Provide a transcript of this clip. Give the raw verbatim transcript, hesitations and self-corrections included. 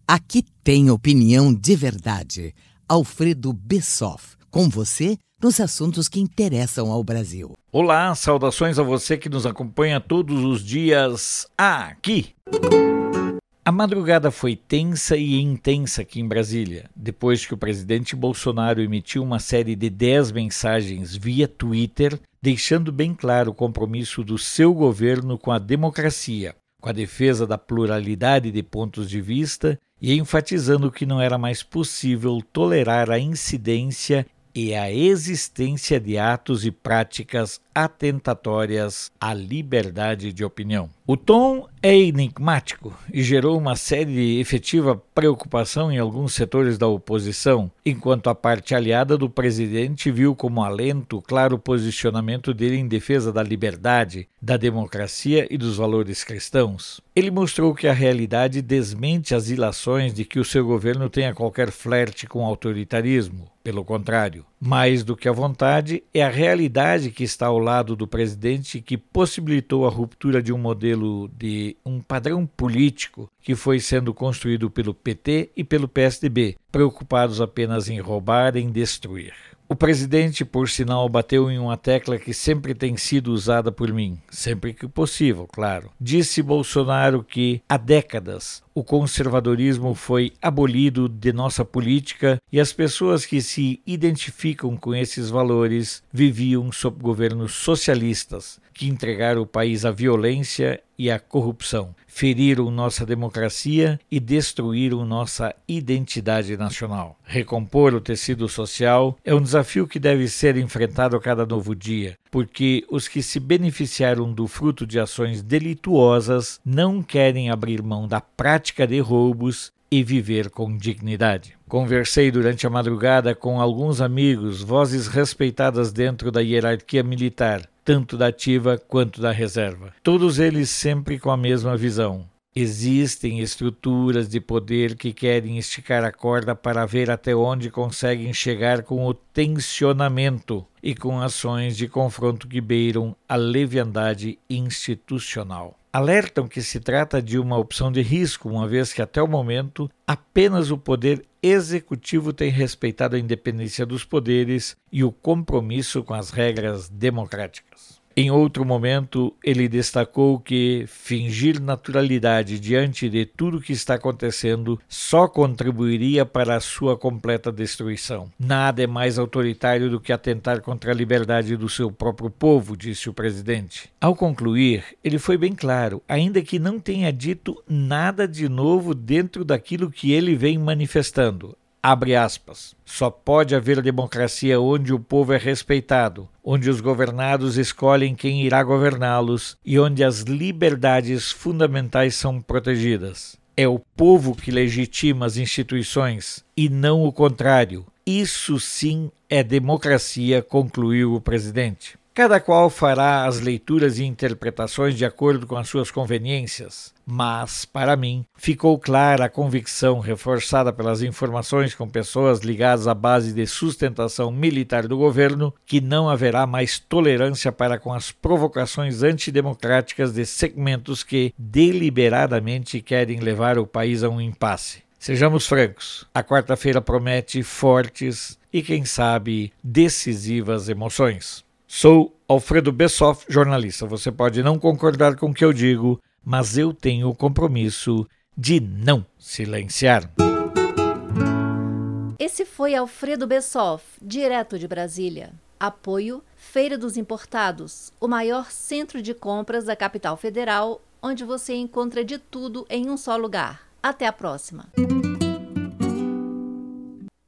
Aqui tem opinião de verdade. Alfredo Bessoff, com você nos assuntos que interessam ao Brasil. Olá, saudações a você que nos acompanha todos os dias aqui. A madrugada foi tensa e intensa aqui em Brasília, depois que o presidente Bolsonaro emitiu uma série de dez mensagens via Twitter, deixando bem claro o compromisso do seu governo com a democracia, com a defesa da pluralidade de pontos de vista e enfatizando que não era mais possível tolerar a incidência e a existência de atos e práticas atentatórias à liberdade de opinião. O tom é enigmático e gerou uma série de efetiva preocupação em alguns setores da oposição, enquanto a parte aliada do presidente viu como alento o claro posicionamento dele em defesa da liberdade, da democracia e dos valores cristãos. Ele mostrou que a realidade desmente as ilações de que o seu governo tenha qualquer flerte com o autoritarismo. Pelo contrário, mais do que a vontade, é a realidade que está ao lado do presidente que possibilitou a ruptura de um modelo de um padrão político que foi sendo construído pelo P T e pelo P S D B, preocupados apenas em roubar e em destruir. O presidente, por sinal, bateu em uma tecla que sempre tem sido usada por mim, sempre que possível, claro. Disse Bolsonaro que, há décadas, o conservadorismo foi abolido de nossa política e as pessoas que se identificam com esses valores viviam sob governos socialistas, que entregaram o país à violência e à corrupção, feriram nossa democracia e destruíram nossa identidade nacional. Recompor o tecido social é um desafio que deve ser enfrentado a cada novo dia, porque os que se beneficiaram do fruto de ações delituosas não querem abrir mão da prática de roubos e viver com dignidade. Conversei durante a madrugada com alguns amigos, vozes respeitadas dentro da hierarquia militar, tanto da ativa quanto da reserva. Todos eles sempre com a mesma visão. Existem estruturas de poder que querem esticar a corda para ver até onde conseguem chegar com o tensionamento e com ações de confronto que beiram a leviandade institucional. Alertam que se trata de uma opção de risco, uma vez que até o momento apenas o poder executivo tem respeitado a independência dos poderes e o compromisso com as regras democráticas. Em outro momento, ele destacou que fingir naturalidade diante de tudo o que está acontecendo só contribuiria para a sua completa destruição. Nada é mais autoritário do que atentar contra a liberdade do seu próprio povo, disse o presidente. Ao concluir, ele foi bem claro, ainda que não tenha dito nada de novo dentro daquilo que ele vem manifestando. Abre aspas. Só pode haver democracia onde o povo é respeitado, onde os governados escolhem quem irá governá-los e onde as liberdades fundamentais são protegidas. É o povo que legitima as instituições e não o contrário. Isso sim é democracia, concluiu o presidente. Cada qual fará as leituras e interpretações de acordo com as suas conveniências, mas, para mim, ficou clara a convicção reforçada pelas informações com pessoas ligadas à base de sustentação militar do governo que não haverá mais tolerância para com as provocações antidemocráticas de segmentos que deliberadamente querem levar o país a um impasse. Sejamos francos, a quarta-feira promete fortes e, quem sabe, decisivas emoções. Sou Alfredo Bessoff, jornalista. Você pode não concordar com o que eu digo, mas eu tenho o compromisso de não silenciar. Esse foi Alfredo Bessoff, direto de Brasília. Apoio Feira dos Importados, o maior centro de compras da capital federal, onde você encontra de tudo em um só lugar. Até a próxima!